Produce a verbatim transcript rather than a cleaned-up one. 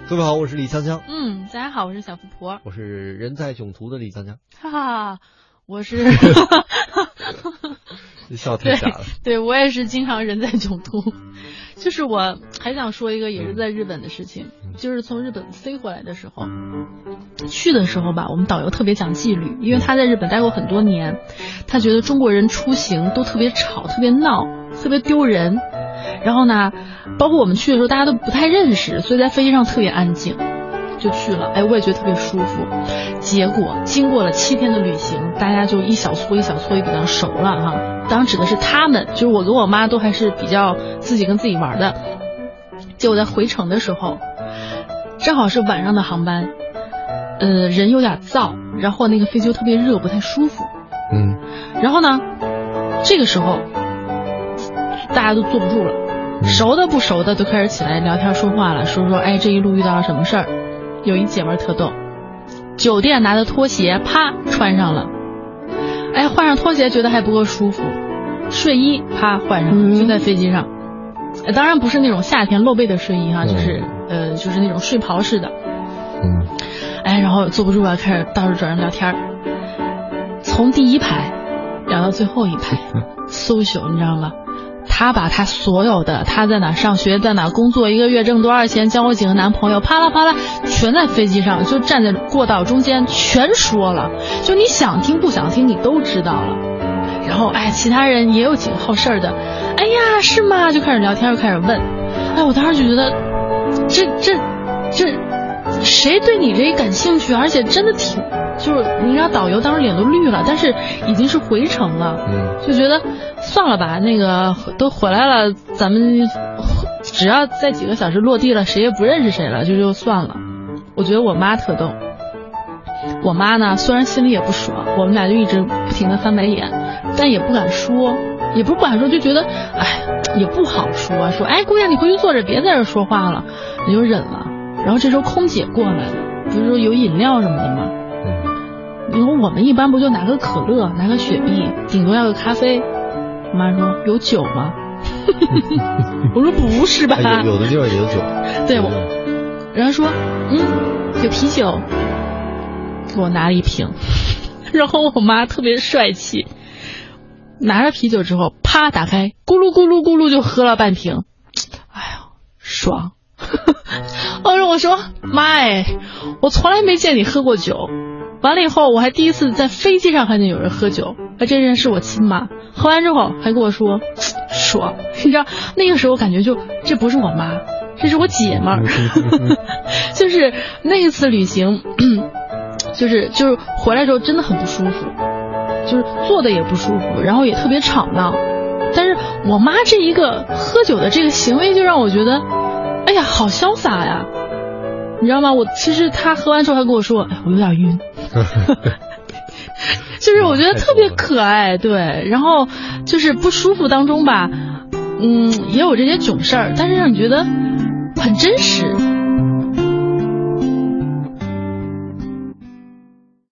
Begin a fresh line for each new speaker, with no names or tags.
各位好，我是李锵锵。
嗯，大家好，我是小富婆。
我是人在囧途的李锵锵。
哈哈，我是
笑太假了。
对，对我也是经常人在囧途。就是我还想说一个也是在日本的事情，嗯、就是从日本飞回来的时候，去的时候吧，我们导游特别讲纪律，因为他在日本待过很多年，他觉得中国人出行都特别吵、特别闹、特别丢人。然后呢，包括我们去的时候，大家都不太认识，所以在飞机上特别安静，就去了。哎，我也觉得特别舒服。结果经过了七天的旅行，大家就一小撮一小撮也比较熟了哈。当然指的是他们，就是我跟我妈都还是比较自己跟自己玩的。结果在回程的时候，正好是晚上的航班，呃，人有点燥，然后那个飞机又特别热，不太舒服。
嗯。
然后呢，这个时候大家都坐不住了。熟的不熟的都开始起来聊天说话了，说说哎这一路遇到了什么事儿。有一姐们儿特逗，酒店拿的拖鞋啪穿上了，哎换上拖鞋觉得还不够舒服，睡衣啪换上了，就在飞机上。呃当然不是那种夏天露背的睡衣哈，就是呃就是那种睡袍式的。
嗯，
哎然后坐不住了，开始到处找人聊天，从第一排聊到最后一排social，你知道吗？他把他所有的他在哪上学在哪工作一个月挣多少钱交过几个男朋友啪啦啪啦全在飞机上就站在过道中间全说了，就你想听不想听你都知道了。然后哎其他人也有几个好事儿的，哎呀是吗，就开始聊天又开始问。哎我当时就觉得这这这谁对你这感兴趣，而且真的挺就是你知道导游当时脸都绿了，但是已经是回程了，
嗯，
就觉得算了吧，那个都回来了，咱们只要在几个小时落地了，谁也不认识谁了，就就算了。我觉得我妈特逗，我妈呢虽然心里也不爽，我们俩就一直不停的翻白眼，但也不敢说，也不是不敢说，就觉得哎也不好说，说哎姑娘你回去坐着，别在这说话了，也就忍了。然后这时候空姐过来了，不是说有饮料什么的吗？你说我们一般不就拿个可乐拿个雪碧，顶多要个咖啡。我妈说有酒吗？我说不是吧，
哎、有, 有的地方也有酒。
对，我然后说嗯有啤酒，给我拿了一瓶。然后我妈特别帅气，拿着啤酒之后啪打开，咕噜咕噜咕噜就喝了半瓶。哎呦爽。我说我说妈哎，我从来没见你喝过酒。完了以后我还第一次在飞机上看见有人喝酒，而这人是我亲妈。喝完之后还跟我说爽，你知道那个时候感觉就这不是我妈，这是我姐们儿。就是那一次旅行就是就是回来之后真的很不舒服，就是坐的也不舒服，然后也特别吵闹。但是我妈这一个喝酒的这个行为就让我觉得哎呀好潇洒呀，你知道吗？我其实她喝完之后还跟我说哎我有点晕。就是我觉得特别可爱，对，然后就是不舒服当中吧，嗯，也有这些囧事儿，但是让你觉得很真实。